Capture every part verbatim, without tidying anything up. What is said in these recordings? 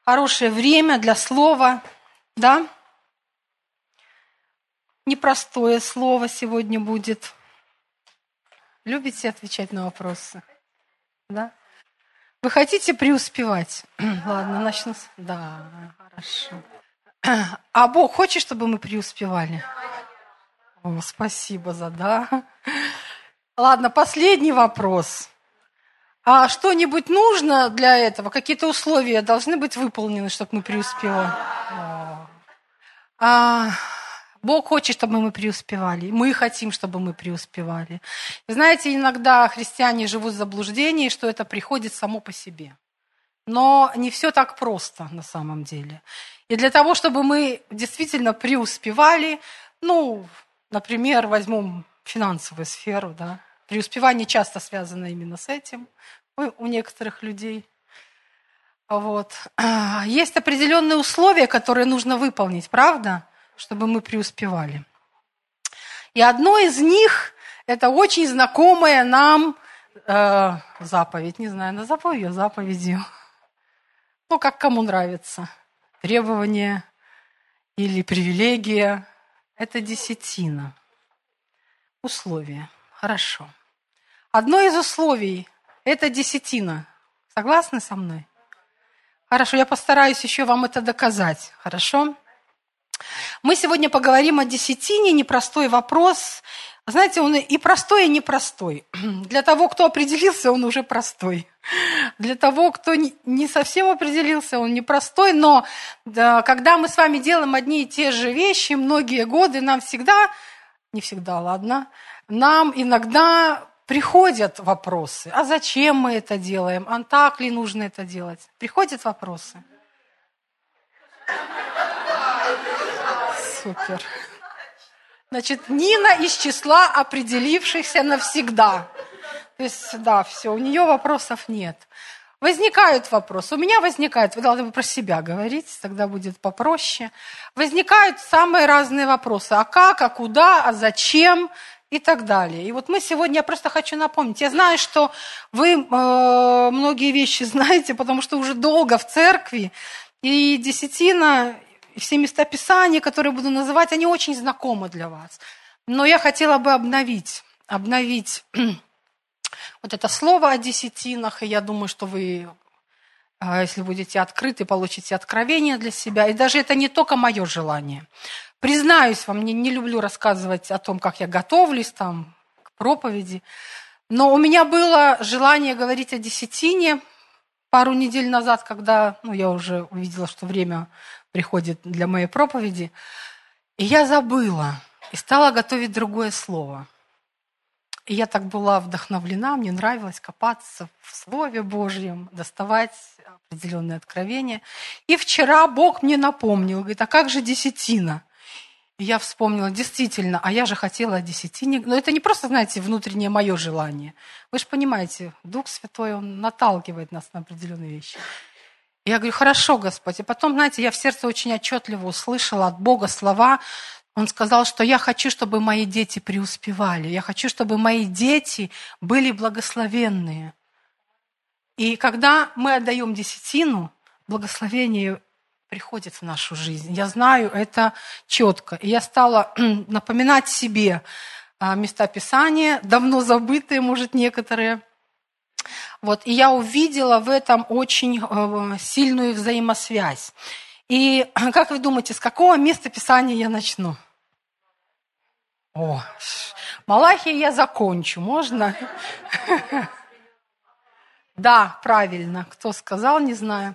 хорошее время для слова, да? Непростое слово сегодня будет. Любите отвечать на вопросы? Да? Вы хотите преуспевать? Ладно, начну с... Да, хорошо. А Бог хочет, чтобы мы преуспевали? О, спасибо за да. Ладно, последний вопрос. А что-нибудь нужно для этого? Какие-то условия должны быть выполнены, чтобы мы преуспевали? А, Бог хочет, чтобы мы преуспевали. Мы хотим, чтобы мы преуспевали. Вы знаете, иногда христиане живут в заблуждении, что это приходит само по себе. Но не все так просто на самом деле. И для того, чтобы мы действительно преуспевали, ну, например, возьмем финансовую сферу, да, преуспевание часто связано именно с этим у некоторых людей. Вот. Есть определенные условия, которые нужно выполнить, правда, чтобы мы преуспевали. И одно из них – это очень знакомая нам э, заповедь. Не знаю, назову ее заповедью. Ну, как кому нравится. Требование или привилегия – это десятина. Условия. Хорошо. Одно из условий – это десятина. Согласны со мной? Хорошо, я постараюсь еще вам это доказать. Хорошо? Мы сегодня поговорим о десятине. Непростой вопрос. Знаете, он и простой, и непростой. Для того, кто определился, он уже простой. Для того, кто не совсем определился, он непростой. Но да, когда мы с вами делаем одни и те же вещи многие годы, нам всегда, не всегда, ладно, нам иногда приходят вопросы. А зачем мы это делаем? А так ли нужно это делать? Приходят вопросы? Супер. Значит, Нина из числа определившихся навсегда. То есть, да, все, у нее вопросов нет. Возникают вопросы. У меня возникают, вы должны про себя говорить, тогда будет попроще. Возникают самые разные вопросы. А как, а куда, а зачем и так далее. И вот мы сегодня, я просто хочу напомнить, я знаю, что вы э, многие вещи знаете, потому что уже долго в церкви, и десятина, и все места Писания, которые буду называть, они очень знакомы для вас. Но я хотела бы обновить, обновить вот это слово о десятинах, и я думаю, что вы, если будете открыты, получите откровение для себя. И даже это не только мое желание. Признаюсь вам, не, не люблю рассказывать о том, как я готовлюсь там, к проповеди, но у меня было желание говорить о десятине пару недель назад, когда ну, я уже увидела, что время приходит для моей проповеди, и я забыла, и стала готовить другое слово. И я так была вдохновлена, мне нравилось копаться в Слове Божьем, доставать определенные откровения. И вчера Бог мне напомнил, говорит, а как же десятина? И я вспомнила, действительно, а я же хотела о десятине. Но это не просто, знаете, внутреннее мое желание. Вы же понимаете, Дух Святой, Он наталкивает нас на определенные вещи. И я говорю, хорошо, Господь. И потом, знаете, я в сердце очень отчетливо услышала от Бога слова. Он сказал, что я хочу, чтобы мои дети преуспевали. Я хочу, чтобы мои дети были благословенные. И когда мы отдаем десятину, благословение приходит в нашу жизнь. Я знаю это четко. И я стала напоминать себе места Писания, давно забытые, может, некоторые. Вот. И я увидела в этом очень сильную взаимосвязь. И как вы думаете, с какого места Писания я начну? О, Малахия я закончу, можно? Да, правильно. Кто сказал, не знаю.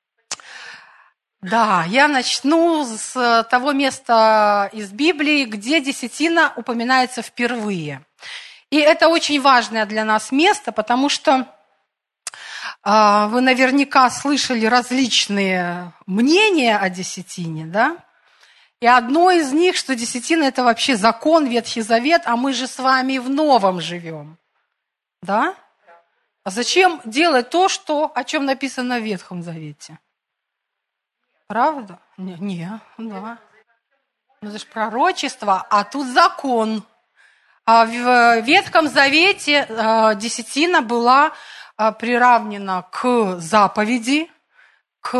Да, я начну с того места из Библии, где десятина упоминается впервые. И это очень важное для нас место, потому что э, вы наверняка слышали различные мнения о десятине, да? И одно из них, что десятина – это вообще закон, Ветхий Завет, а мы же с вами в Новом живем, да? А зачем делать то, что, о чем написано в Ветхом Завете? Правда? Не, не, да. Ну, это же пророчество, а тут закон. А в Ветхом Завете десятина была приравнена к заповеди, к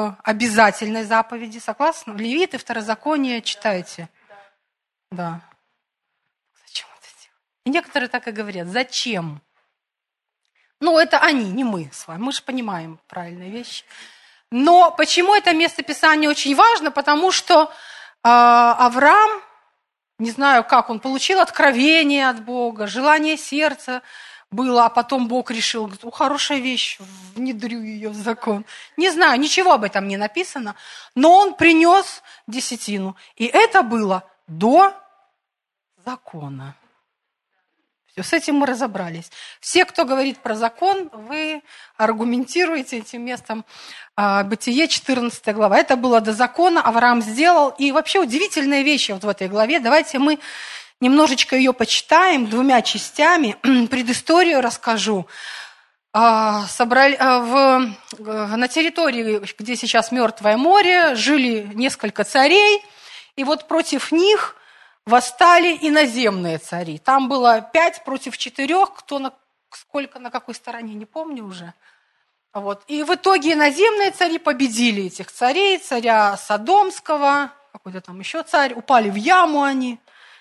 к обязательной заповеди. Согласны? Левиты, Второзаконие читайте. Да. Зачем это делать? И некоторые так и говорят. Зачем? Ну, это они, не мы с вами. Мы же понимаем правильные вещи. Но почему это место Писания очень важно? Потому что э, Авраам, не знаю как, он получил откровение от Бога, желание сердца было, а потом Бог решил, говорит, о, хорошая вещь, внедрю ее в закон. Не знаю, ничего об этом не написано, но он принес десятину. И это было до закона. Все, с этим мы разобрались. Все, кто говорит про закон, вы аргументируете этим местом. Бытие, четырнадцатая глава. Это было до закона, Авраам сделал. И вообще удивительные вещи вот в этой главе. Давайте мы немножечко ее почитаем двумя частями. Предысторию расскажу. Собрали, в, на территории, где сейчас Мертвое море, жили несколько царей. И вот против них восстали иноземные цари. Там было пять против четырех, кто на сколько, на какой стороне, не помню уже. Вот. И в итоге иноземные цари победили этих царей, царя Содомского, какой-то там еще царь, упали в яму они.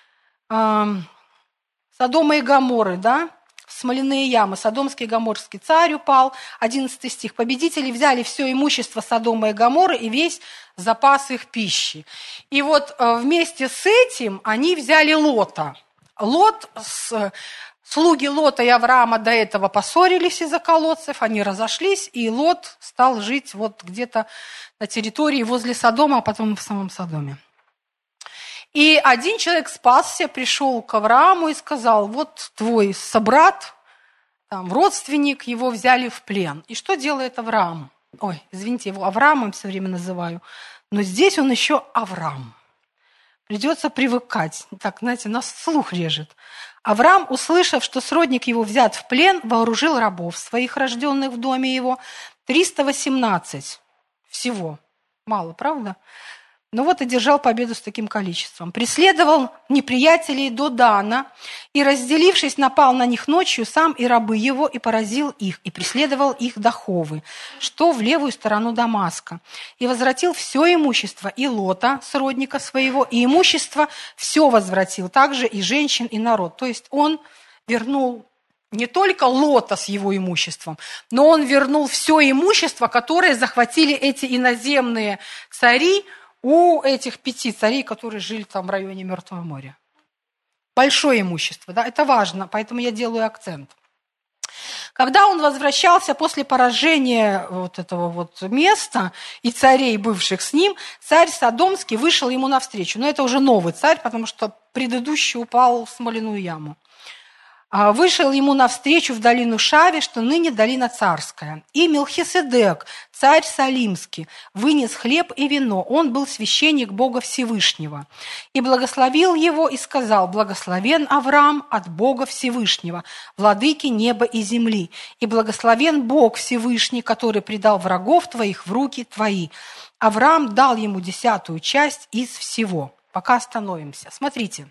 Содома и Гоморры, да, смоляные ямы. Содомский и Гоморрский царь упал. одиннадцатый стих. Победители взяли все имущество Содома и Гоморры и весь запас их пищи. И вот вместе с этим они взяли Лота. Лот, с, слуги Лота и Авраама до этого поссорились из-за колодцев, они разошлись, и Лот стал жить вот где-то на территории возле Содома, а потом в самом Содоме. И один человек спасся, пришел к Аврааму и сказал, вот твой собрат, там, родственник, его взяли в плен. И что делает Авраам? Ой, извините, его Авраамом все время называю, но здесь он еще Авраам. Придется привыкать. Так, знаете, нас слух режет. Авраам, услышав, что сродник его взят в плен, вооружил рабов своих, рожденных в доме его, триста восемнадцать всего. Мало, правда? Но вот одержал победу с таким количеством. Преследовал неприятелей до Дана, и, разделившись, напал на них ночью сам и рабы его, и поразил их, и преследовал их до Ховы, что в левую сторону Дамаска. И возвратил все имущество и Лота, сродника своего, и имущество все возвратил, также и женщин, и народ. То есть он вернул не только Лота с его имуществом, но он вернул все имущество, которое захватили эти иноземные цари, у этих пяти царей, которые жили там в районе Мертвого моря. Большое имущество, да, это важно, поэтому я делаю акцент. Когда он возвращался после поражения вот этого вот места и царей, бывших с ним, царь Содомский вышел ему навстречу. Но это уже новый царь, потому что предыдущий упал в смоляную яму. Вышел ему навстречу в долину Шави, что ныне долина царская. И Мелхиседек, царь Салимский, вынес хлеб и вино. Он был священник Бога Всевышнего. И благословил его и сказал, благословен Авраам от Бога Всевышнего, владыки неба и земли. И благословен Бог Всевышний, который предал врагов твоих в руки твои. Авраам дал ему десятую часть из всего. Пока остановимся. Смотрите,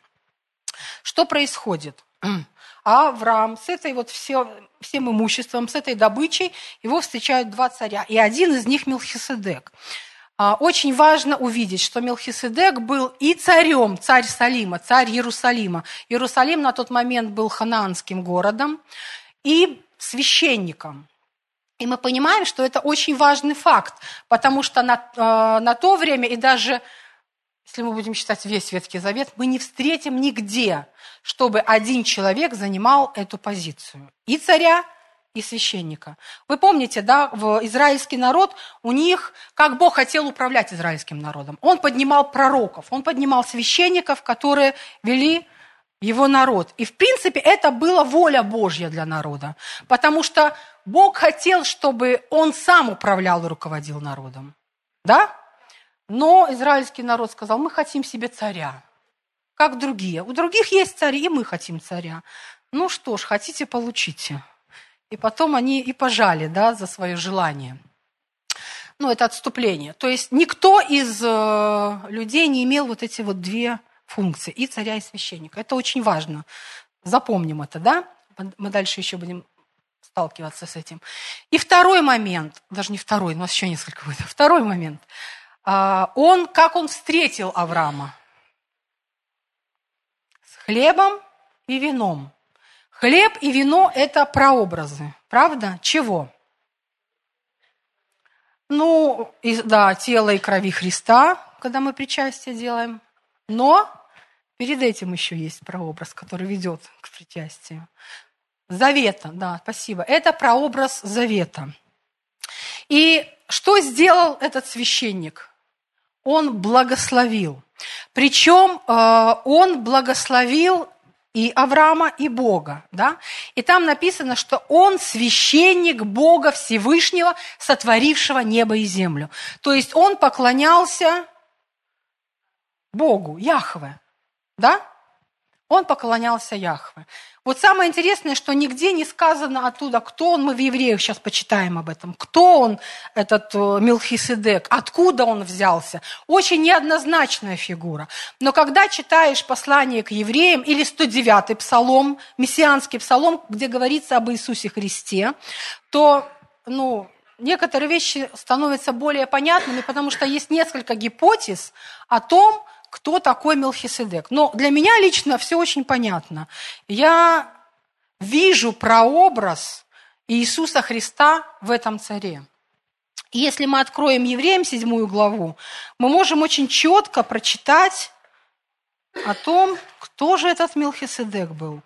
что происходит. А Авраам с этой вот все, всем имуществом, с этой добычей, его встречают два царя. И один из них Мелхиседек. Очень важно увидеть, что Мелхиседек был и царем, царь Салима, царь Иерусалима. Иерусалим на тот момент был ханаанским городом, и священником. И мы понимаем, что это очень важный факт, потому что на, на то время, и даже если мы будем читать весь Ветхий Завет, мы не встретим нигде, чтобы один человек занимал эту позицию. И царя, и священника. Вы помните, да, в израильский народ, у них, как Бог хотел управлять израильским народом. Он поднимал пророков, он поднимал священников, которые вели его народ. И, в принципе, это была воля Божья для народа. Потому что Бог хотел, чтобы он сам управлял и руководил народом. Да? Но израильский народ сказал, мы хотим себе царя, как другие. У других есть цари, и мы хотим царя. Ну что ж, хотите, получите. И потом они и пожали, да, за свое желание. Ну, это отступление. То есть никто из э, людей не имел вот эти вот две функции, и царя, и священника. Это очень важно. Запомним это, да? Мы дальше еще будем сталкиваться с этим. И второй момент, даже не второй, у нас еще несколько будет. Второй момент. Он, как он встретил Авраама? С хлебом и вином. Хлеб и вино – это прообразы, правда? Чего? Ну, и, да, тело и крови Христа, когда мы причастие делаем. Но перед этим еще есть прообраз, который ведет к причастию. Завета, да, спасибо. Это прообраз завета. И что сделал этот священник? Он благословил. Причем э, он благословил и Авраама, и Бога. Да? И там написано, что он священник Бога Всевышнего, сотворившего небо и землю. То есть он поклонялся Богу, Яхве. Да? Он поклонялся Яхве. Вот самое интересное, что нигде не сказано оттуда, кто он, мы в Евреях сейчас почитаем об этом, кто он, этот Мелхиседек, откуда он взялся. Очень неоднозначная фигура. Но когда читаешь послание к евреям или сто девятый псалом, мессианский псалом, где говорится об Иисусе Христе, то, ну, некоторые вещи становятся более понятными, потому что есть несколько гипотез о том, кто такой Мелхиседек. Но для меня лично все очень понятно. Я вижу прообраз Иисуса Христа в этом царе. И если мы откроем Евреям седьмую главу, мы можем очень четко прочитать о том, кто же этот Мелхиседек был.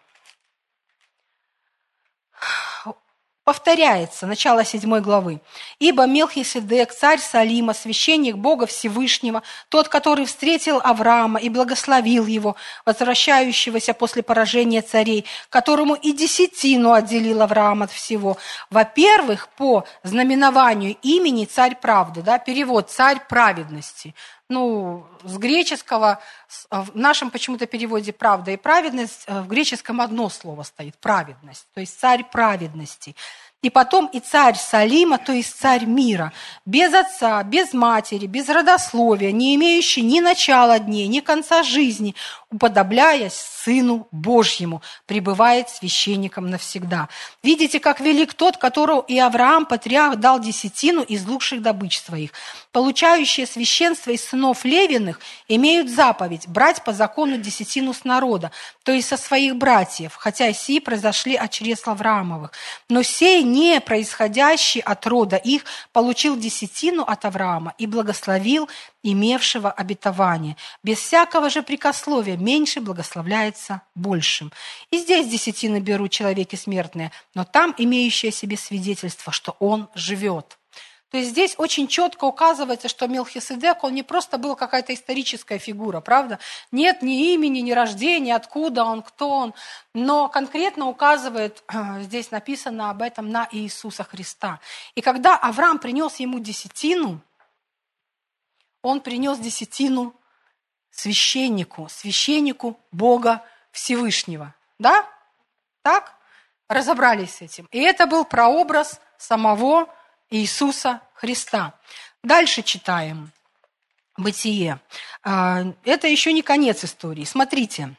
Повторяется начало седьмой главы. «Ибо Мелхиседек, царь Салима, священник Бога Всевышнего, тот, который встретил Авраама и благословил его, возвращающегося после поражения царей, которому и десятину отделил Авраам от всего». Во-первых, по знаменованию имени царь правды, да, перевод «царь праведности». Ну, с греческого, в нашем почему-то переводе «правда» и «праведность», в греческом одно слово стоит – «праведность», то есть «царь праведности». И потом и царь Салима, то есть царь мира, без отца, без матери, без родословия, не имеющий ни начала дней, ни конца жизни, уподобляясь Сыну Божьему, пребывает священником навсегда. Видите, как велик тот, которого и Авраам, патриарх, дал десятину из лучших добыч своих. Получающие священство из сынов Левиных имеют заповедь брать по закону десятину с народа, то есть со своих братьев, хотя сии произошли от чресл Авраамовых. Но сей, не происходящий от рода их, получил десятину от Авраама и благословил имевшего обетование. Без всякого же прикословия меньше благословляется большим. И здесь десятины берут человеки смертные, но там имеющие себе свидетельство, что он живет. То есть здесь очень четко указывается, что Мелхиседек, он не просто был какая-то историческая фигура, правда? Нет ни имени, ни рождения, откуда он, кто он. Но конкретно указывает, здесь написано об этом, на Иисуса Христа. И когда Авраам принес ему десятину, он принес десятину священнику, священнику Бога Всевышнего. Да? Так? Разобрались с этим. И это был прообраз самого Иисуса Христа. Дальше читаем Бытие. Это еще не конец истории. Смотрите.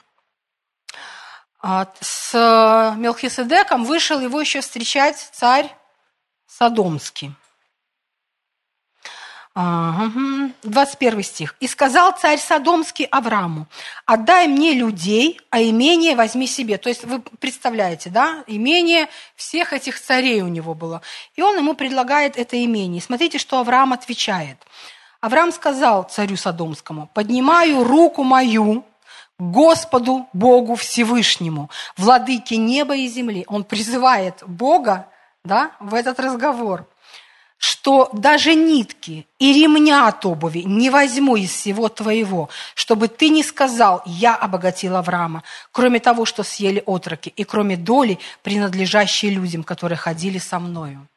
С Мелхиседеком вышел его еще встречать царь Содомский. двадцать первый стих. «И сказал царь Содомский Аврааму: отдай мне людей, а имение возьми себе». То есть вы представляете, да? Имение всех этих царей у него было. И он ему предлагает это имение. Смотрите, что Авраам отвечает. Авраам сказал царю Содомскому: поднимаю руку мою к Господу Богу Всевышнему, владыке неба и земли. Он призывает Бога, да, в этот разговор, что даже нитки и ремня от обуви не возьму из всего твоего, чтобы ты не сказал: я обогатил Авраама, кроме того, что съели отроки, и кроме доли, принадлежащей людям, которые ходили со мною.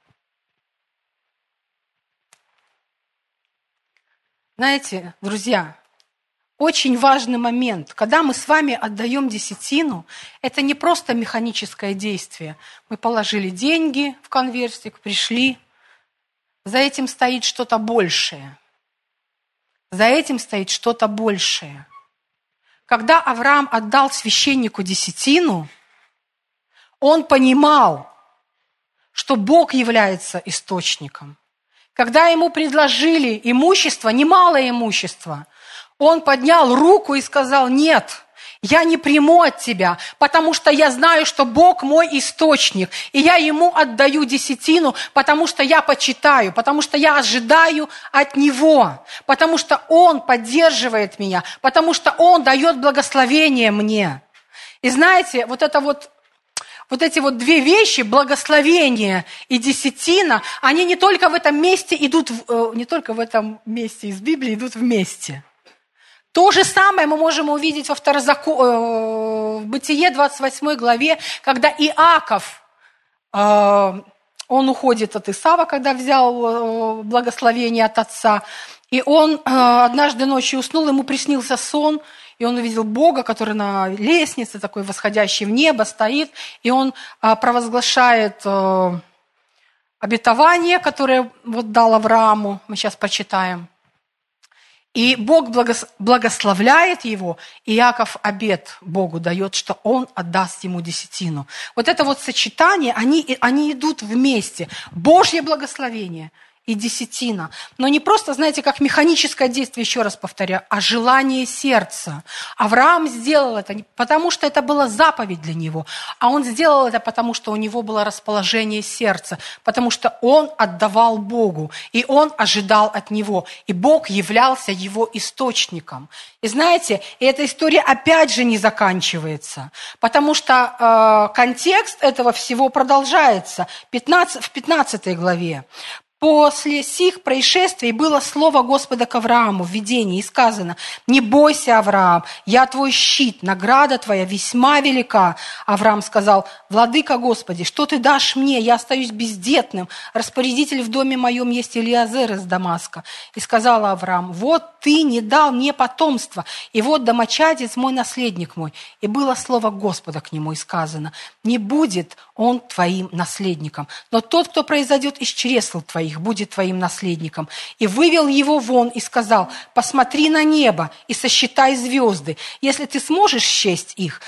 Знаете, друзья, очень важный момент. Когда мы с вами отдаем десятину, это не просто механическое действие. Мы положили деньги в конвертик, пришли. За этим стоит что-то большее. За этим стоит что-то большее. Когда Авраам отдал священнику десятину, он понимал, что Бог является источником. Когда ему предложили имущество, немалое имущество, он поднял руку и сказал: нет, я не приму от тебя, потому что я знаю, что Бог мой источник, и я ему отдаю десятину, потому что я почитаю, потому что я ожидаю от него, потому что он поддерживает меня, потому что он дает благословение мне. И знаете, вот это вот, вот эти вот две вещи, благословение и десятина, они не только в этом месте идут, в, не только в этом месте из Библии идут вместе. То же самое мы можем увидеть во Второзако... в Бытие двадцать восьмой главе, когда Иаков, он уходит от Исава, когда взял благословение от отца, и он однажды ночью уснул, ему приснился сон, и он увидел Бога, который на лестнице, такой восходящий в небо, стоит, и он провозглашает обетование, которое вот дал Аврааму, мы сейчас почитаем. И Бог благословляет его, и Иаков обет Богу дает, что он отдаст ему десятину. Вот это вот сочетание, они, они идут вместе. Божье благословение и десятина. Но не просто, знаете, как механическое действие, еще раз повторяю, а желание сердца. Авраам сделал это не потому, что это была заповедь для него, а он сделал это потому, что у него было расположение сердца, потому что он отдавал Богу, и он ожидал от него, и Бог являлся его источником. И знаете, эта история опять же не заканчивается, потому что э, контекст этого всего продолжается пятнадцать, в пятнадцатой главе. После сих происшествий было слово Господа к Аврааму в видении, и сказано: «Не бойся, Авраам, я твой щит, награда твоя весьма велика». Авраам сказал: «Владыка Господи, что ты дашь мне? Я остаюсь бездетным. Распорядитель в доме моем есть Элиазер из Дамаска». И сказал Авраам: «Вот ты не дал мне потомства, и вот домочадец мой, наследник мой». И было слово Господа к нему, и сказано: «Не будет он твоим наследником, но тот, кто произойдет из чресл твоих, будет твоим наследником». И вывел его вон и сказал: «Посмотри на небо и сосчитай звезды, если ты сможешь счесть их».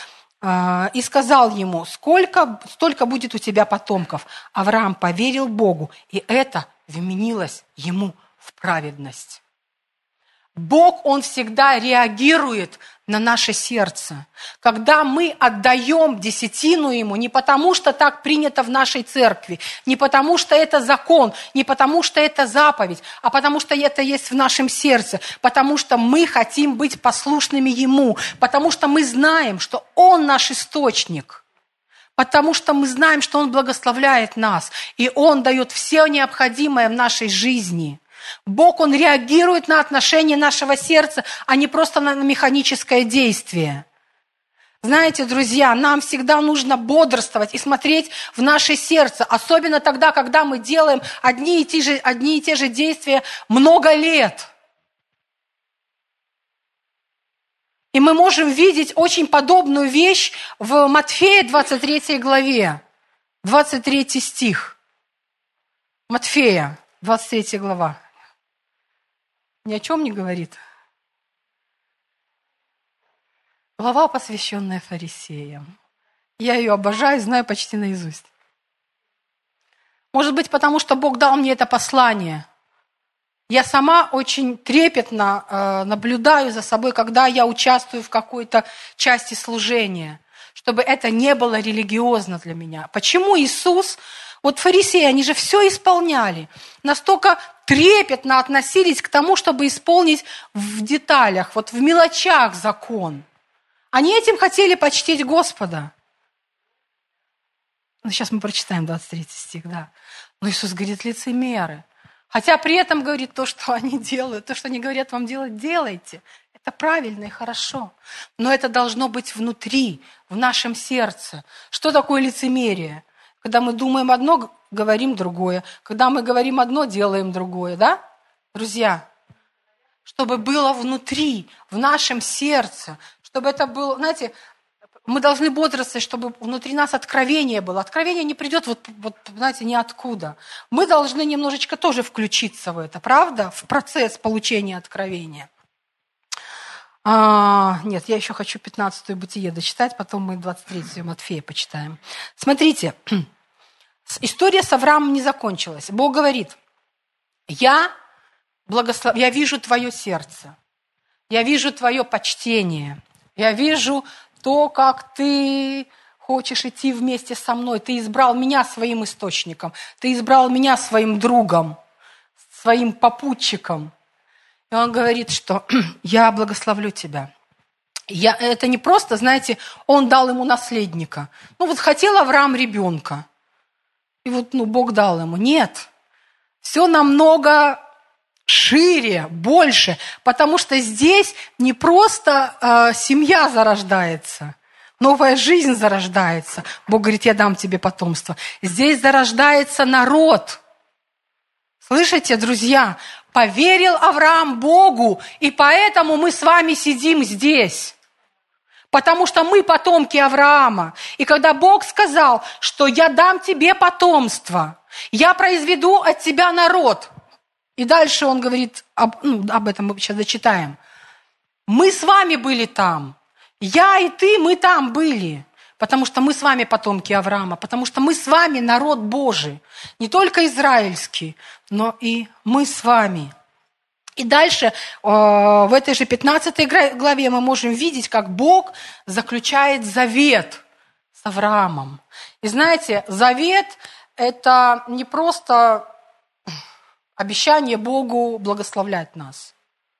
И сказал ему: «Сколько, столько будет у тебя потомков». Авраам поверил Богу, и это вменилось ему в праведность. Бог, Он всегда реагирует на наше сердце. Когда мы отдаем десятину Ему, не потому что так принято в нашей церкви, не потому что это закон, не потому что это заповедь, а потому что это есть в нашем сердце, потому что мы хотим быть послушными Ему, потому что мы знаем, что Он наш источник, потому что мы знаем, что Он благословляет нас, и Он дает все необходимое в нашей жизни. Бог, Он реагирует на отношение нашего сердца, а не просто на механическое действие. Знаете, друзья, нам всегда нужно бодрствовать и смотреть в наше сердце, особенно тогда, когда мы делаем одни и те же, одни и те же действия много лет. И мы можем видеть очень подобную вещь в Матфея двадцать третьей главе, двадцать третий стих. Матфея, двадцать третья глава. Ни о чем не говорит. Глава, посвященная фарисеям. Я ее обожаю, знаю почти наизусть. Может быть, потому что Бог дал мне это послание. Я сама очень трепетно э, наблюдаю за собой, когда я участвую в какой-то части служения, чтобы это не было религиозно для меня. Почему Иисус... Вот фарисеи, они же все исполняли, настолько трепетно относились к тому, чтобы исполнить в деталях, вот в мелочах закон. Они этим хотели почтить Господа. Ну, сейчас мы прочитаем двадцать третий стих, да. Но Иисус говорит: лицемеры. Хотя при этом говорит: то, что они делают, то, что они говорят вам делать, делайте. Это правильно и хорошо. Но это должно быть внутри, в нашем сердце. Что такое лицемерие? Когда мы думаем одно, говорим другое. Когда мы говорим одно, делаем другое, да? Друзья, чтобы было внутри, в нашем сердце, чтобы это было, знаете, мы должны бодрствовать, чтобы внутри нас откровение было. Откровение не придет, вот, вот, знаете, ниоткуда. Мы должны немножечко тоже включиться в это, правда? В процесс получения откровения. А, нет, я еще хочу пятнадцатую Бытие дочитать, потом мы двадцать третью Матфея почитаем. Смотрите, История с Авраамом не закончилась. Бог говорит, я, благослов... я вижу твое сердце, я вижу твое почтение, я вижу то, как ты хочешь идти вместе со мной. Ты избрал меня своим источником, ты избрал меня своим другом, своим попутчиком. И он говорит, что я благословлю тебя. Я... Это не просто, знаете, он дал ему наследника. Ну вот хотел Авраам ребенка. И вот, ну, Бог дал ему. Нет, все намного шире, больше, потому что здесь не просто э, семья зарождается, новая жизнь зарождается. Бог говорит, я дам тебе потомство. Здесь зарождается народ. Слышите, друзья? Поверил Авраам Богу, и поэтому мы с вами сидим здесь. Потому что мы потомки Авраама. И когда Бог сказал, что я дам тебе потомство, я произведу от тебя народ. И дальше он говорит, об, ну, об этом мы сейчас зачитаем. Мы с вами были там. Я и ты, мы там были. Потому что мы с вами потомки Авраама. Потому что мы с вами народ Божий. Не только израильский, но и мы с вами. И дальше в этой же пятнадцатой главе мы можем видеть, как Бог заключает завет с Авраамом. И знаете, завет – это не просто обещание Богу благословлять нас.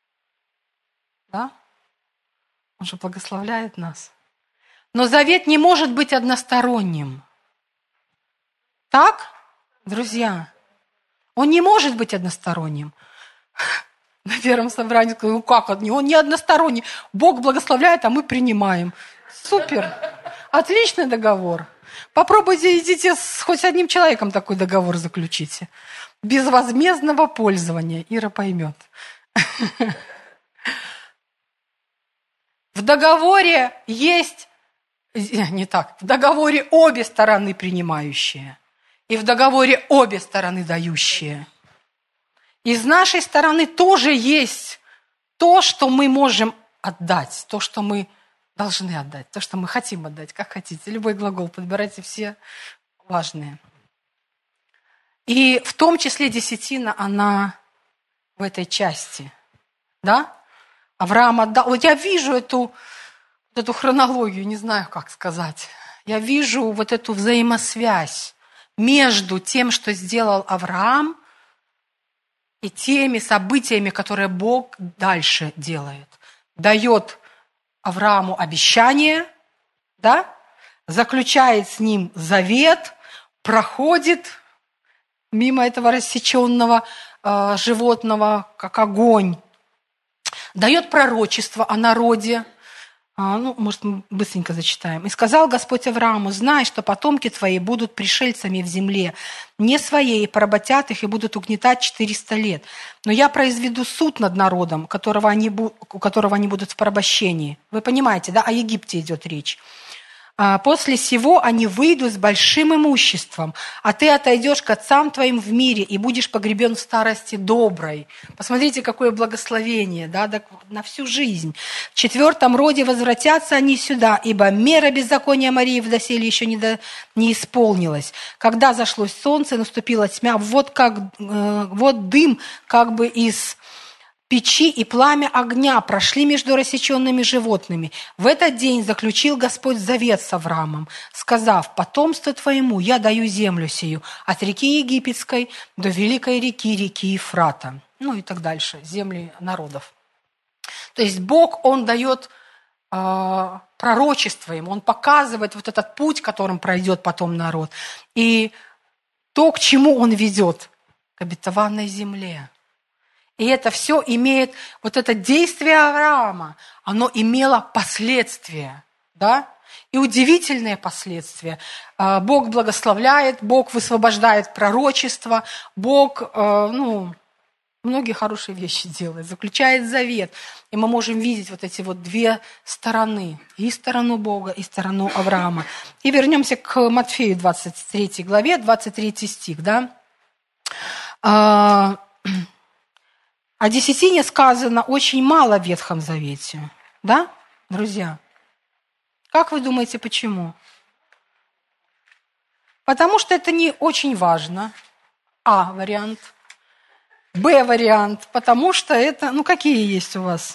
Да? Он же благословляет нас. Но завет не может быть односторонним. Так, друзья? Он не может быть односторонним. На первом собрании сказали, ну как, он не односторонний. Бог благословляет, а мы принимаем. Супер. Отличный договор. Попробуйте, идите с хоть одним человеком такой договор заключите. Безвозмездного пользования. Ира поймет. В договоре есть... Не так. В договоре обе стороны принимающие. И в договоре обе стороны дающие. И с нашей стороны тоже есть то, что мы можем отдать, то, что мы должны отдать, то, что мы хотим отдать, как хотите. Любой глагол подбирайте, все важные. И в том числе десятина, она в этой части. Да? Авраам отдал. Вот я вижу эту, эту хронологию, не знаю, как сказать. Я вижу вот эту взаимосвязь между тем, что сделал Авраам, и теми событиями, которые Бог дальше делает. Дает Аврааму обещание, да? Заключает с ним завет, проходит мимо этого рассеченного э, животного, как огонь. Дает пророчество о народе. А, ну, может, мы быстренько зачитаем. «И сказал Господь Аврааму, знай, что потомки твои будут пришельцами в земле, не своей, и поработят их, и будут угнетать четыреста лет. Но я произведу суд над народом, которого они, у которого они будут в порабощении». Вы понимаете, да? О Египте идет речь. «После сего они выйдут с большим имуществом, а ты отойдешь к отцам твоим в мире и будешь погребен в старости доброй». Посмотрите, какое благословение, да, на всю жизнь. «В четвертом роде возвратятся они сюда, ибо мера беззакония Марии в доселе еще не, до, не исполнилась. Когда зашло солнце, наступила тьма, вот, как, э, вот дым как бы из... печи и пламя огня прошли между рассеченными животными. В этот день заключил Господь завет с Авраамом, сказав, потомству твоему я даю землю сию, от реки Египетской до великой реки, реки Ефрата. Ну и так дальше, земли народов. То есть Бог, Он дает э, пророчество им, Он показывает вот этот путь, которым пройдет потом народ. И то, к чему Он ведет, к обетованной земле. И это все имеет, вот это действие Авраама, оно имело последствия, да? И удивительные последствия. Бог благословляет, Бог высвобождает пророчество, Бог, ну, многие хорошие вещи делает, заключает завет. И мы можем видеть вот эти вот две стороны, и сторону Бога, и сторону Авраама. И вернемся к Матфею двадцать третьей главе, двадцать третий стих, да? О десятине сказано очень мало в Ветхом Завете. Да, друзья? Как вы думаете, почему? Потому что это не очень важно. А вариант. Б вариант. Потому что это... Ну, какие есть у вас?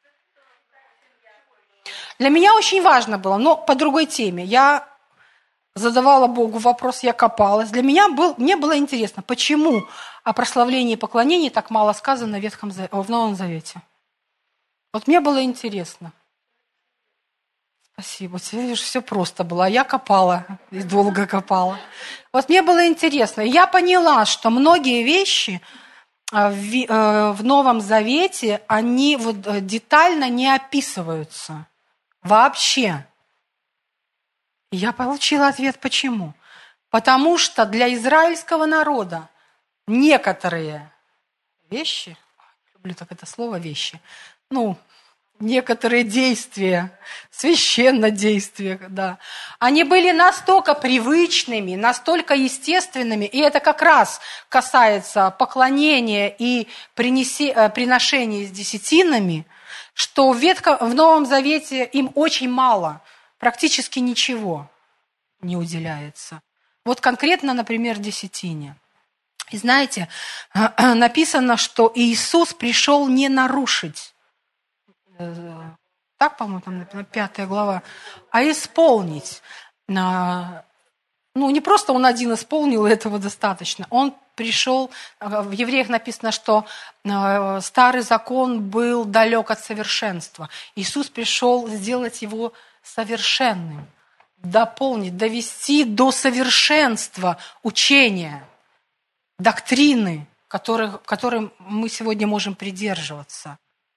Для меня очень важно было, но по другой теме. Я задавала Богу вопрос, я копалась. Для меня был, мне было интересно, почему о прославлении и поклонении так мало сказано в, Ветхом, в Новом Завете. Вот мне было интересно. Спасибо. Тебе видишь, все просто было. А я копала, и долго копала. Вот мне было интересно. Я поняла, что многие вещи в, в Новом Завете, они вот детально не описываются. Вообще. И я получила ответ, почему. Потому что для израильского народа некоторые вещи, люблю так это слово вещи, ну, некоторые действия, священнодействия, да, они были настолько привычными, настолько естественными, и это как раз касается поклонения и принеси, приношения с десятинами, что в, Ветхом, в Новом Завете им очень мало, практически ничего не уделяется. Вот конкретно, например, десятине. И знаете, написано, что Иисус пришел не нарушить, так, по-моему, там написано, пятая глава, а исполнить. Ну, не просто он один исполнил, и этого достаточно. Он пришел, в Евреях написано, что старый закон был далек от совершенства. Иисус пришел сделать его совершенным, дополнить, довести до совершенства учения, доктрины, которых, которым мы сегодня можем придерживаться.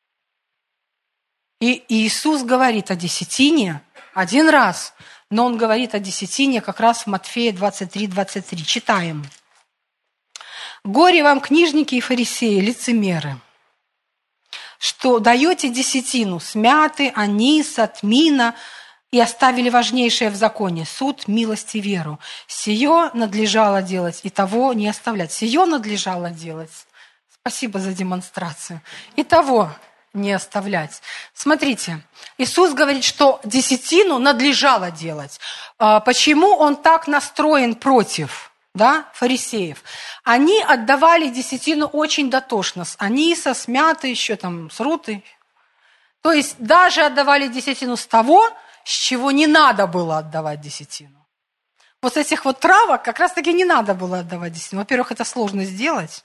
И Иисус говорит о десятине один раз, но Он говорит о десятине как раз в Матфея двадцать три двадцать три. Читаем. «Горе вам, книжники и фарисеи, лицемеры, что даете десятину с мяты, аниса, тмина, и оставили важнейшее в законе – суд, милость и веру. Сие надлежало делать, и того не оставлять». Сие надлежало делать. Спасибо за демонстрацию. И того не оставлять. Смотрите, Иисус говорит, что десятину надлежало делать. Почему Он так настроен против, да, фарисеев? Они отдавали десятину очень дотошно. С аниса, с мяты, еще там, с руты. То есть даже отдавали десятину с того, с чего не надо было отдавать десятину. Вот с этих вот травок как раз-таки не надо было отдавать десятину. Во-первых, это сложно сделать.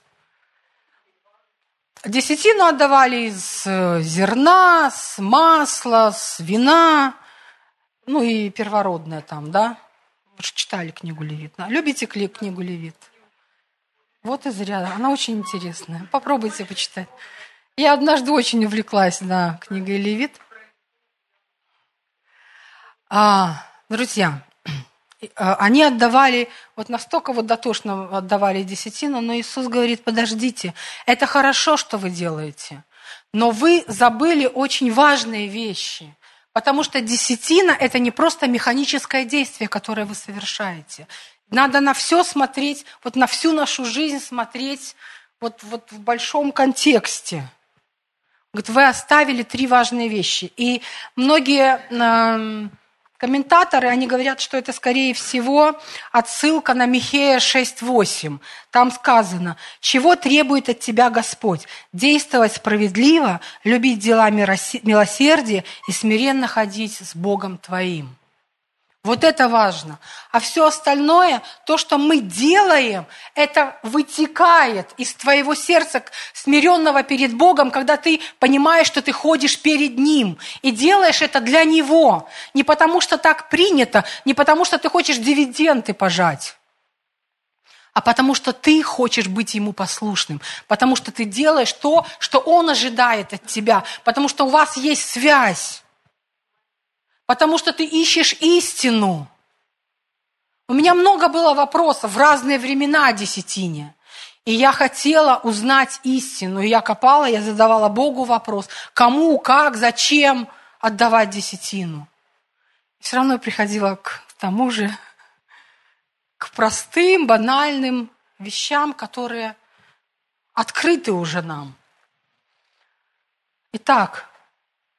Десятину отдавали из зерна, с масла, с вина, ну и первородное там, да. Вы же читали книгу Левит. Любите книгу Левит? Вот и зря. Она очень интересная. Попробуйте почитать. Я однажды очень увлеклась, да, книгой Левит. А, друзья, они отдавали, вот настолько вот дотошно отдавали десятину, но Иисус говорит, подождите, это хорошо, что вы делаете, но вы забыли очень важные вещи, потому что десятина – это не просто механическое действие, которое вы совершаете. Надо на все смотреть, вот на всю нашу жизнь смотреть вот, вот в большом контексте. Говорит, вы оставили три важные вещи. И многие э, комментаторы, они говорят, что это, скорее всего, отсылка на Михея шесть восемь. Там сказано, чего требует от тебя Господь? Действовать справедливо, любить дела милосердия и смиренно ходить с Богом твоим. Вот это важно. А все остальное, то, что мы делаем, это вытекает из твоего сердца, смиренного перед Богом, когда ты понимаешь, что ты ходишь перед Ним и делаешь это для Него. Не потому, что так принято, не потому, что ты хочешь дивиденды пожать, а потому, что ты хочешь быть Ему послушным, потому что ты делаешь то, что Он ожидает от тебя, потому что у вас есть связь. Потому что ты ищешь истину. У меня много было вопросов в разные времена о десятине. И я хотела узнать истину. И я копала, я задавала Богу вопрос, кому, как, зачем отдавать десятину. И все равно я приходила к тому же, к простым, банальным вещам, которые открыты уже нам. Итак,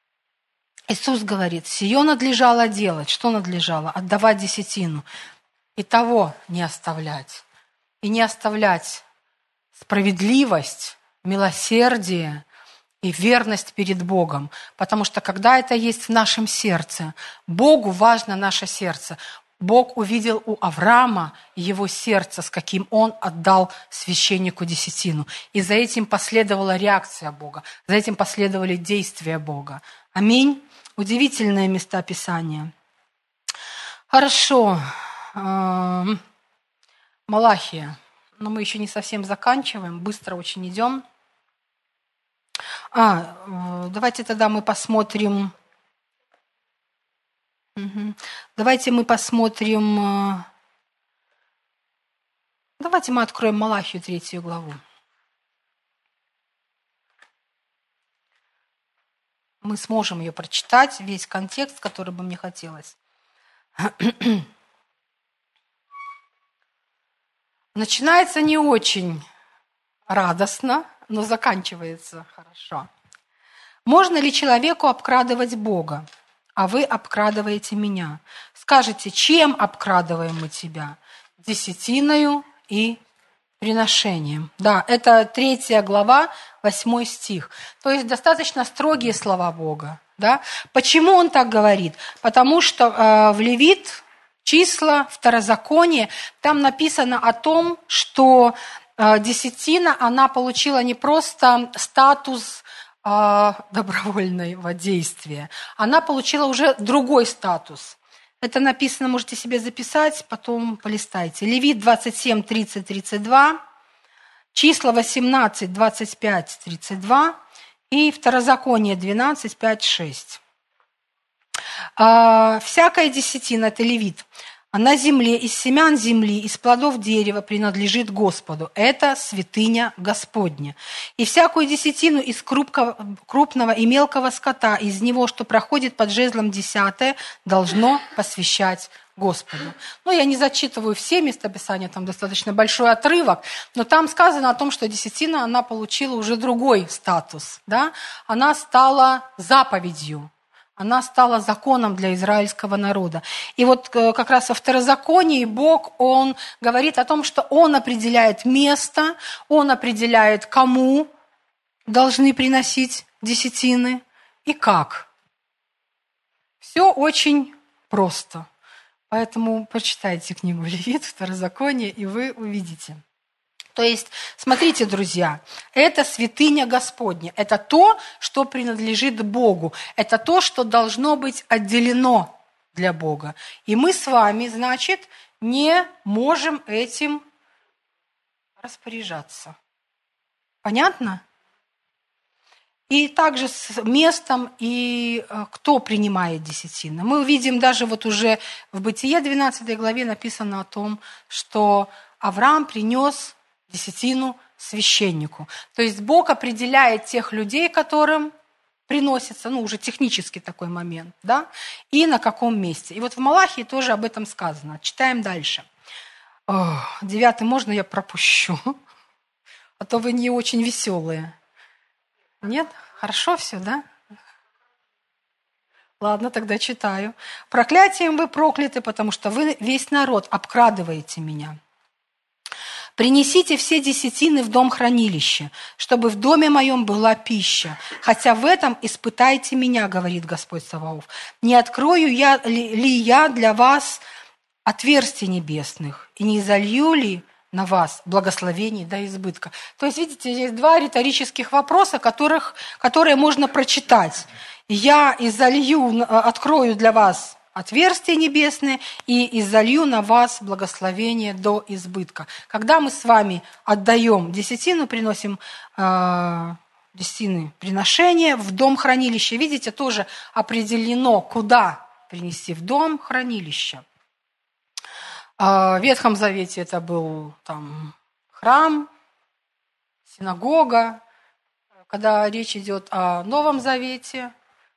Иисус говорит, сие надлежало делать. Что надлежало? Отдавать десятину. и того не оставлять. И не оставлять справедливость, милосердие и верность перед Богом. Потому что когда это есть в нашем сердце, Богу важно наше сердце. Бог увидел у Авраама его сердце, с каким он отдал священнику десятину. И за этим последовала реакция Бога, за этим последовали действия Бога. Аминь. Удивительные места Писания. Хорошо. Малахия. Но мы еще не совсем заканчиваем, быстро очень идем. А, давайте тогда мы посмотрим... Угу. Давайте мы посмотрим... Давайте мы откроем Малахию, третью главу. Мы сможем ее прочитать, весь контекст, который бы мне хотелось. Начинается не очень радостно, но заканчивается хорошо. Можно ли человеку обкрадывать Бога, а вы обкрадываете меня? Скажете, чем обкрадываем мы тебя? Десятиною и приношением. Да, это третья глава, восьмой стих. То есть достаточно строгие слова Бога. Да? Почему он так говорит? Потому что э, в Левит, числа, Второзаконие, там написано о том, что э, десятина, она получила не просто статус э, добровольного действия, она получила уже другой статус. Это написано, можете себе записать, потом полистайте. Левит двадцать семь, тридцать, тридцать два, числа восемнадцать, двадцать пять, тридцать два и Второзаконие двенадцать, пять, шесть. А, всякая десятина, это левит, на земле, из семян земли, из плодов дерева принадлежит Господу. Это святыня Господня. И всякую десятину из крупного и мелкого скота, из него, что проходит под жезлом десятое, должно посвящать Господу. Ну, я не зачитываю все местописания, там достаточно большой отрывок, но там сказано о том, что десятина, она получила уже другой статус. Да? Она стала заповедью. Она стала законом для израильского народа. И вот как раз во Второзаконии Бог, Он говорит о том, что Он определяет место, Он определяет, кому должны приносить десятины и как. Все очень просто. Поэтому прочитайте книгу Левит, Второзаконие, и вы увидите. То есть, смотрите, друзья, это святыня Господня, это то, что принадлежит Богу, это то, что должно быть отделено для Бога. И мы с вами, значит, не можем этим распоряжаться. Понятно? И также с местом и кто принимает десятины. Мы увидим даже вот уже в Бытие двенадцатой главе написано о том, что Авраам принес десятину священнику. То есть Бог определяет тех людей, которым приносится, ну, уже технический такой момент, да, и на каком месте. И вот в Малахии тоже об этом сказано. Читаем дальше. Ох, девятый можно я пропущу? А то вы не очень веселые. Нет? Хорошо все, да? Ладно, тогда читаю. «Проклятием вы прокляты, потому что вы весь народ обкрадываете меня. Принесите все десятины в дом хранилища, чтобы в доме моем была пища. Хотя в этом испытайте меня, говорит Господь Саваоф. Не открою я, ли, ли я для вас отверстий небесных, и не залью ли на вас благословений до избытка». То есть, видите, здесь два риторических вопроса, которых, которые можно прочитать. «Я изолью, открою для вас отверстия небесные и изолью на вас благословение до избытка». Когда мы с вами отдаем десятину, приносим э, десятины приношения в дом хранилища, видите, тоже определено, куда принести в дом хранилища. В Ветхом Завете это был там храм, синагога. Когда речь идет о Новом Завете,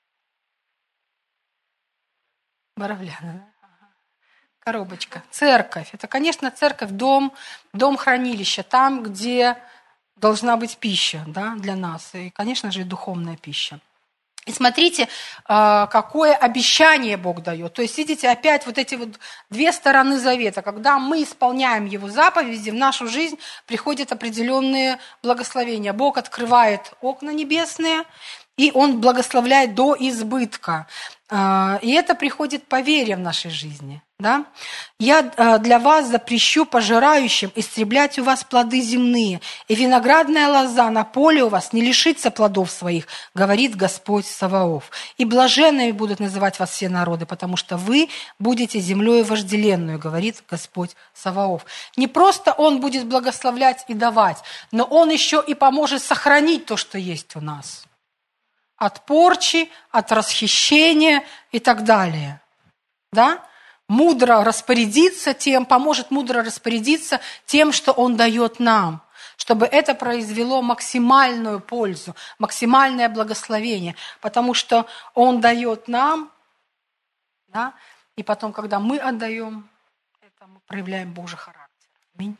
Боровляна, коробочка, церковь. Это, конечно, церковь, дом, дом хранилища, там, где должна быть пища, да, для нас. И, конечно же, духовная пища. И смотрите, какое обещание Бог дает. То есть, видите, опять вот эти вот две стороны завета. Когда мы исполняем Его заповеди, в нашу жизнь приходят определенные благословения. Бог открывает окна небесные, и Он благословляет до избытка. И это приходит по вере в нашей жизни. Да? «Я для вас запрещу пожирающим истреблять у вас плоды земные, и виноградная лоза на поле у вас не лишится плодов своих, говорит Господь Саваоф. И блаженными будут называть вас все народы, потому что вы будете землею вожделенную, говорит Господь Саваоф». Не просто Он будет благословлять и давать, но Он еще и поможет сохранить то, что есть у нас. От порчи, от расхищения и так далее. Да? Мудро распорядиться тем, поможет мудро распорядиться тем, что Он дает нам, чтобы это произвело максимальную пользу, максимальное благословение, потому что Он дает нам, да? И потом, когда мы отдаем, это мы проявляем Божий характер. Аминь.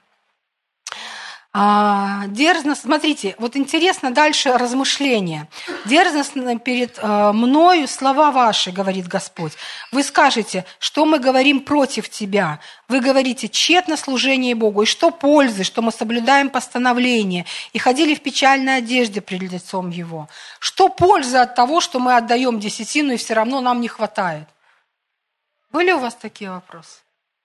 А, дерзно, смотрите, вот интересно дальше размышление. «Дерзостно перед а, мною слова ваши, говорит Господь. Вы скажете, что мы говорим против тебя. Вы говорите, тщетно служение Богу, и что пользы, что мы соблюдаем постановления и ходили в печальной одежде пред лицом Его. Что пользы от того, что мы отдаем десятину, и все равно нам не хватает?» Были у вас такие вопросы?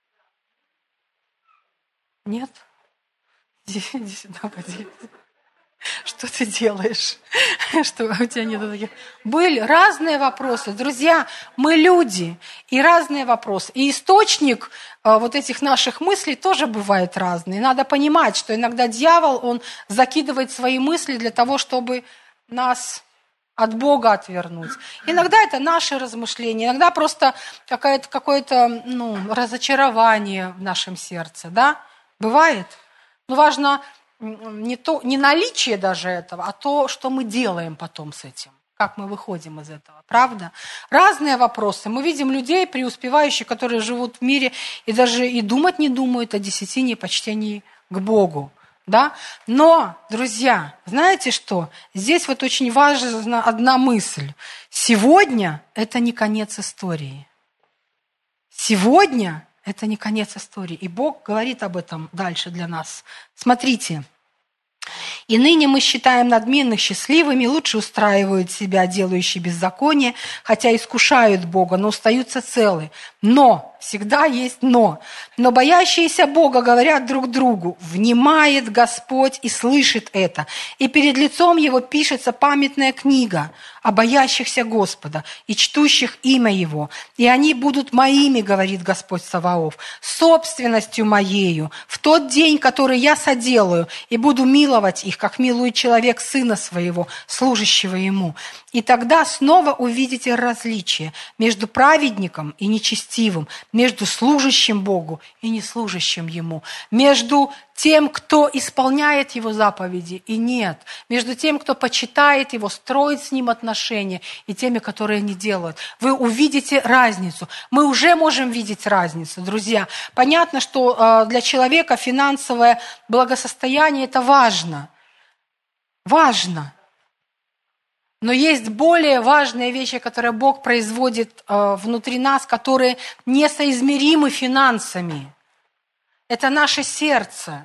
Нет? Иди сюда, поделись. Что ты делаешь? Что у тебя нет таких? Были разные вопросы. Друзья, мы люди, и разные вопросы. И источник вот этих наших мыслей тоже бывает разный. Надо понимать, что иногда дьявол, он закидывает свои мысли для того, чтобы нас от Бога отвернуть. Иногда это наши размышления, иногда просто какое-то, какое-то ну, разочарование в нашем сердце. Да? Бывает? Но важно не, то, не наличие даже этого, а то, что мы делаем потом с этим, как мы выходим из этого, правда? Разные вопросы. Мы видим людей, преуспевающих, которые живут в мире и даже и думать не думают о десятине и почтении к Богу. Да? Но, друзья, знаете что? Здесь вот очень важна одна мысль. Сегодня это не конец истории. Сегодня это не конец истории. И Бог говорит об этом дальше для нас. Смотрите. «И ныне мы считаем надменных счастливыми, лучше устраивают себя, делающие беззаконие, хотя искушают Бога, но остаются целы. Но, всегда есть но, но боящиеся Бога говорят друг другу, внимает Господь и слышит это, и перед лицом Его пишется памятная книга о боящихся Господа и чтущих имя Его, и они будут моими, говорит Господь Саваоф, собственностью моею, в тот день, который я соделаю, и буду миловать их, как милует человек сына своего, служащего ему. И тогда снова увидите различие между праведником и нечестивым, между служащим Богу и неслужащим Ему, между тем, кто исполняет Его заповеди и нет, между тем, кто почитает Его, строит с Ним отношения, и теми, которые не делают. Вы увидите разницу. Мы уже можем видеть разницу, друзья. Понятно, что для человека финансовое благосостояние – это важно. Важно. Но есть более важные вещи, которые Бог производит э, внутри нас, которые несоизмеримы финансами. Это наше сердце.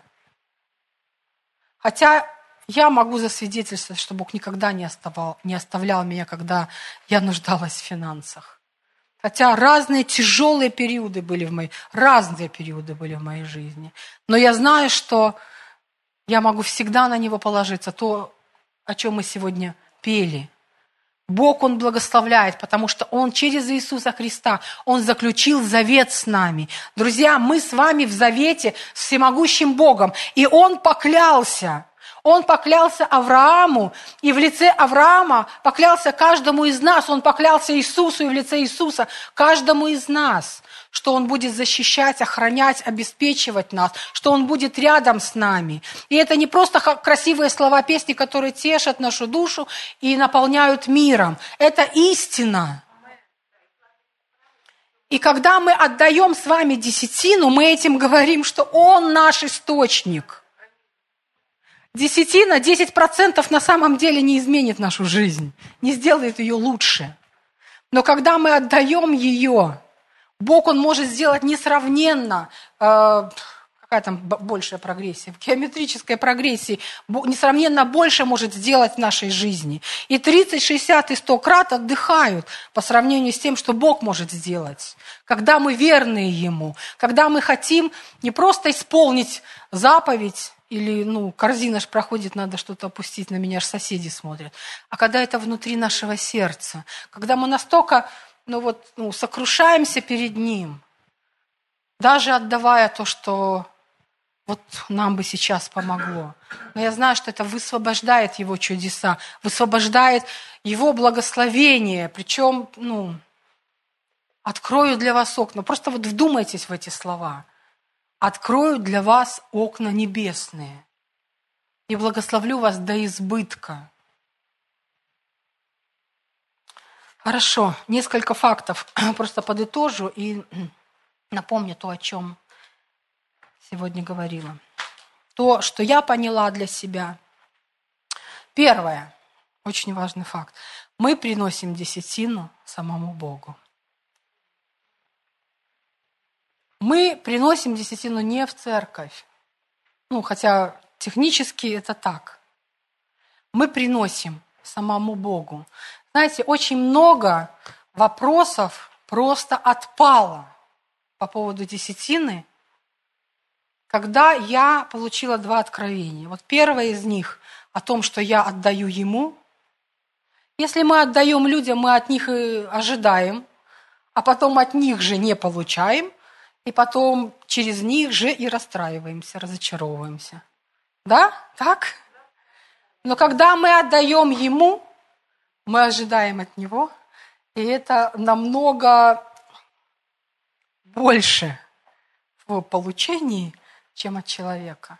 Хотя я могу засвидетельствовать, что Бог никогда не оставлял, не оставлял меня, когда я нуждалась в финансах. Хотя разные тяжелые периоды были в моей, разные периоды были в моей жизни. Но я знаю, что я могу всегда на Него положиться. То, о чем мы сегодня пели. Бог, Он благословляет, потому что Он через Иисуса Христа, Он заключил завет с нами. Друзья, мы с вами в завете с всемогущим Богом, и Он поклялся. Он поклялся Аврааму, и в лице Авраама поклялся каждому из нас. Он поклялся Иисусу, и в лице Иисуса каждому из нас, что Он будет защищать, охранять, обеспечивать нас, что Он будет рядом с нами. И это не просто красивые слова песни, которые тешат нашу душу и наполняют миром. Это истина. И когда мы отдаем с вами десятину, мы этим говорим, что Он наш источник. Десятина, десять процентов на самом деле не изменит нашу жизнь, не сделает ее лучше. Но когда мы отдаем ее, Бог, Он может сделать несравненно, э, какая там большая прогрессия, в геометрической прогрессии, несравненно больше может сделать в нашей жизни. И тридцать, шестьдесят и сто крат отдыхают по сравнению с тем, что Бог может сделать. Когда мы верные Ему, когда мы хотим не просто исполнить заповедь, или, ну, корзина ж проходит, надо что-то опустить, на меня аж соседи смотрят. А когда это внутри нашего сердца, когда мы настолько, ну вот, ну, сокрушаемся перед Ним, даже отдавая то, что вот нам бы сейчас помогло. Но я знаю, что это высвобождает Его чудеса, высвобождает Его благословение. Причем, ну, открою для вас окна. Просто вот вдумайтесь в эти слова. Открою для вас окна небесные и благословлю вас до избытка. Хорошо, несколько фактов просто подытожу и напомню то, о чем сегодня говорила. То, что я поняла для себя. Первое, очень важный факт. Мы приносим десятину самому Богу. Мы приносим десятину не в церковь. Ну, хотя технически это так. Мы приносим самому Богу. Знаете, очень много вопросов просто отпало по поводу десятины, когда я получила два откровения. Вот первое из них о том, что я отдаю Ему. Если мы отдаем людям, мы от них и ожидаем, а потом от них же не получаем, и потом через них же и расстраиваемся, разочаровываемся. Да? Так? Но когда мы отдаем Ему, мы ожидаем от Него, и это намного больше в получении, чем от человека.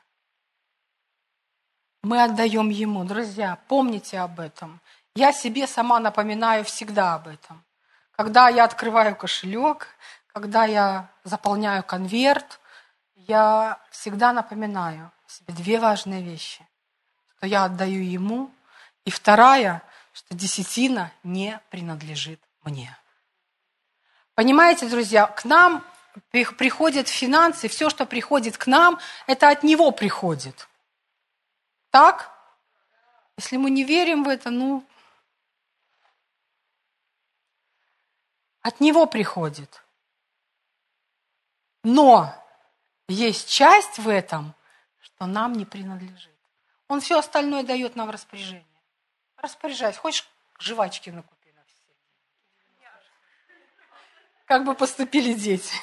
Мы отдаем Ему. Друзья, помните об этом. Я себе сама напоминаю всегда об этом. Когда я открываю кошелек, когда я заполняю конверт, я всегда напоминаю себе две важные вещи. Что я отдаю Ему, и вторая, что десятина не принадлежит мне. Понимаете, друзья, к нам приходят финансы, все, что приходит к нам, это от Него приходит. Так? Если мы не верим в это, ну, от Него приходит. Но есть часть в этом, что нам не принадлежит. Он все остальное дает нам в распоряжение. Распоряжайся. Хочешь, жвачки накупи на все. Как бы поступили дети.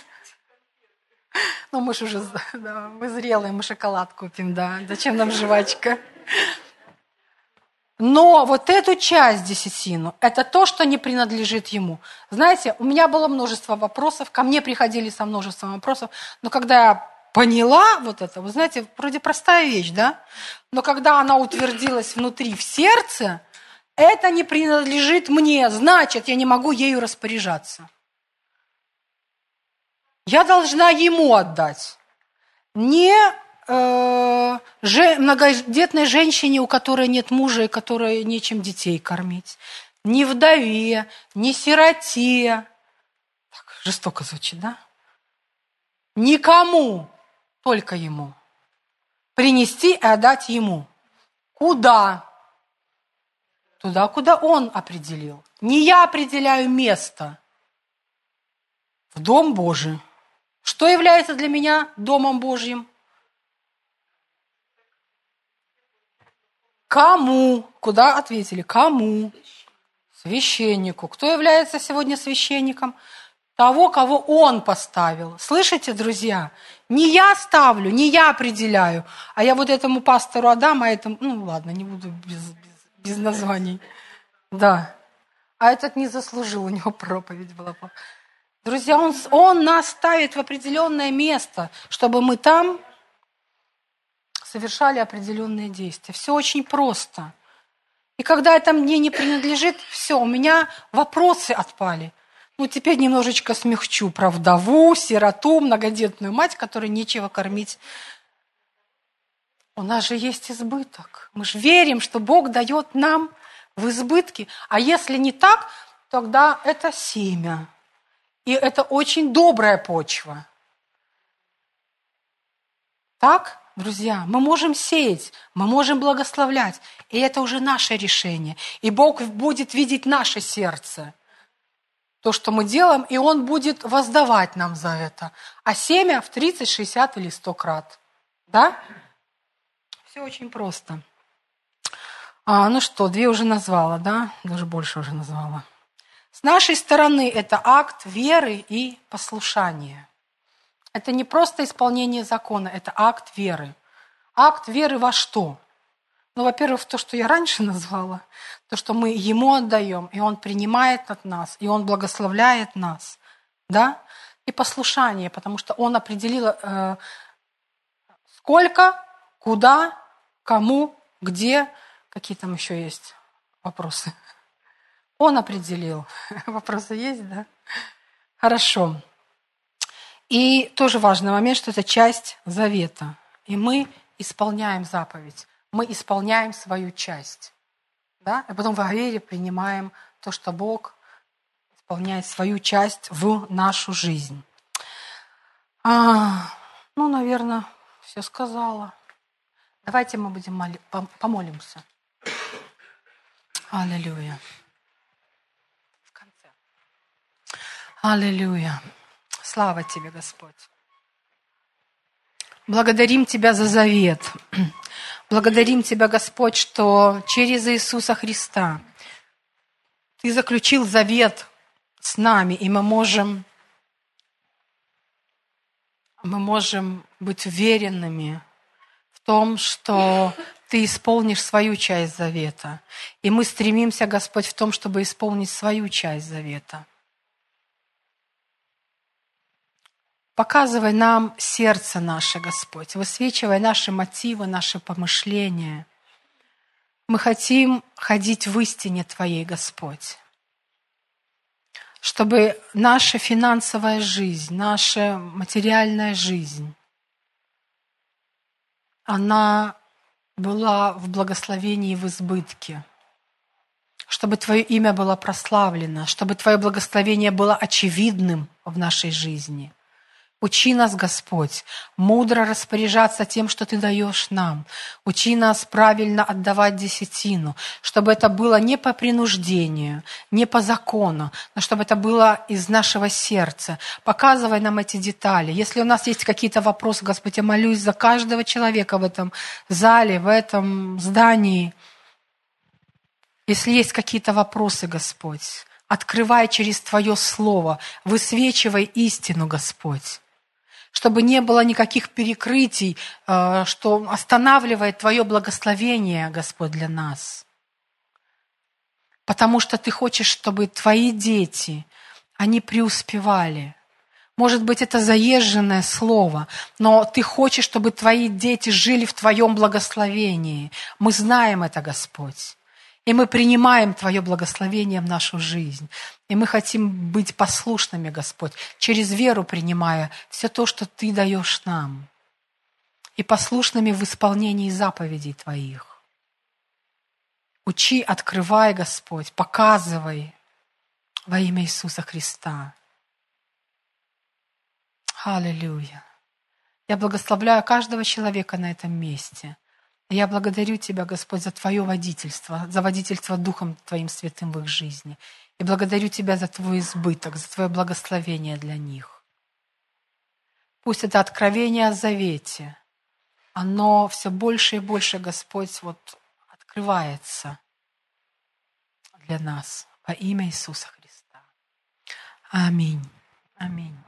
Ну, мы же уже, да, мы зрелые, мы шоколад купим, да. Зачем нам жвачка? Но вот эту часть десятину, это то, что не принадлежит Ему. Знаете, у меня было множество вопросов, ко мне приходили со множеством вопросов, но когда я поняла вот это, вы знаете, вроде простая вещь, да? Но когда она утвердилась внутри, в сердце, это не принадлежит мне, значит, я не могу ею распоряжаться. Я должна Ему отдать. Не э, же, многодетной женщине, у которой нет мужа и которой нечем детей кормить. Не вдове, не сироте. Так жестоко звучит, да? Никому, только Ему. Принести и отдать Ему. Куда? Туда, куда Он определил. Не я определяю место. В Дом Божий. Что является для меня Домом Божьим? Кому? Куда ответили? Кому? Священнику. Кто является сегодня священником? Того, кого Он поставил. Слышите, друзья? Не я ставлю, не я определяю, а я вот этому пастору отдам, а этому... Ну ладно, не буду без, без, без названий. Да. А этот не заслужил, у него проповедь была плохая. Друзья, он, он нас ставит в определенное место, чтобы мы там совершали определенные действия. Все очень просто. И когда это мне не принадлежит, все, у меня вопросы отпали. Ну, теперь немножечко смягчу про вдову, сироту, многодетную мать, которой нечего кормить. У нас же есть избыток. Мы же верим, что Бог дает нам в избытке. А если не так, тогда это семя. И это очень добрая почва. Так, друзья, мы можем сеять, мы можем благословлять. И это уже наше решение. И Бог будет видеть наше сердце. То, что мы делаем, и Он будет воздавать нам за это. А семя в тридцать, шестьдесят или сто крат. Да? Все очень просто. А, ну что, две уже назвала, да? Даже больше уже назвала. С нашей стороны это акт веры и послушания. Это не просто исполнение закона, это акт веры. Акт веры во что? Ну, во-первых, в то, что я раньше назвала, то, что мы Ему отдаем, и Он принимает от нас, и Он благословляет нас, да? И послушание, потому что Он определил, э, сколько, куда, кому, где, какие там еще есть вопросы. Он определил. Вопросы есть, да? Хорошо. И тоже важный момент, что это часть завета. И мы исполняем заповедь. Мы исполняем свою часть. Да? И потом во вере принимаем то, что Бог исполняет свою часть в нашу жизнь. А, ну, наверное, все сказала. Давайте мы будем моли- помолимся. Аллилуйя. В конце. Аллилуйя. Слава Тебе, Господь. Благодарим Тебя за завет. Благодарим Тебя, Господь, что через Иисуса Христа Ты заключил завет с нами, и мы можем, мы можем быть уверенными в том, что Ты исполнишь свою часть завета. И мы стремимся, Господь, в том, чтобы исполнить свою часть завета. Показывай нам сердце наше, Господь, высвечивай наши мотивы, наши помышления. Мы хотим ходить в истине Твоей, Господь, чтобы наша финансовая жизнь, наша материальная жизнь, она была в благословении и в избытке, чтобы Твое имя было прославлено, чтобы Твое благословение было очевидным в нашей жизни. Учи нас, Господь, мудро распоряжаться тем, что Ты даешь нам. Учи нас правильно отдавать десятину, чтобы это было не по принуждению, не по закону, но чтобы это было из нашего сердца. Показывай нам эти детали. Если у нас есть какие-то вопросы, Господь, я молюсь за каждого человека в этом зале, в этом здании. Если есть какие-то вопросы, Господь, открывай через Твое Слово, высвечивай истину, Господь. Чтобы не было никаких перекрытий, что останавливает Твое благословение, Господь, для нас. Потому что Ты хочешь, чтобы Твои дети, они преуспевали. Может быть, это заезженное слово, но Ты хочешь, чтобы Твои дети жили в Твоем благословении. Мы знаем это, Господь. И мы принимаем Твое благословение в нашу жизнь. И мы хотим быть послушными, Господь, через веру принимая все то, что Ты даешь нам. И послушными в исполнении заповедей Твоих. Учи, открывай, Господь, показывай во имя Иисуса Христа. Аллилуйя. Я благословляю каждого человека на этом месте. Я благодарю Тебя, Господь, за Твое водительство, за водительство Духом Твоим Святым в их жизни. И благодарю Тебя за Твой избыток, за Твое благословение для них. Пусть это откровение о завете, оно все больше и больше, Господь, вот открывается для нас во имя Иисуса Христа. Аминь. Аминь.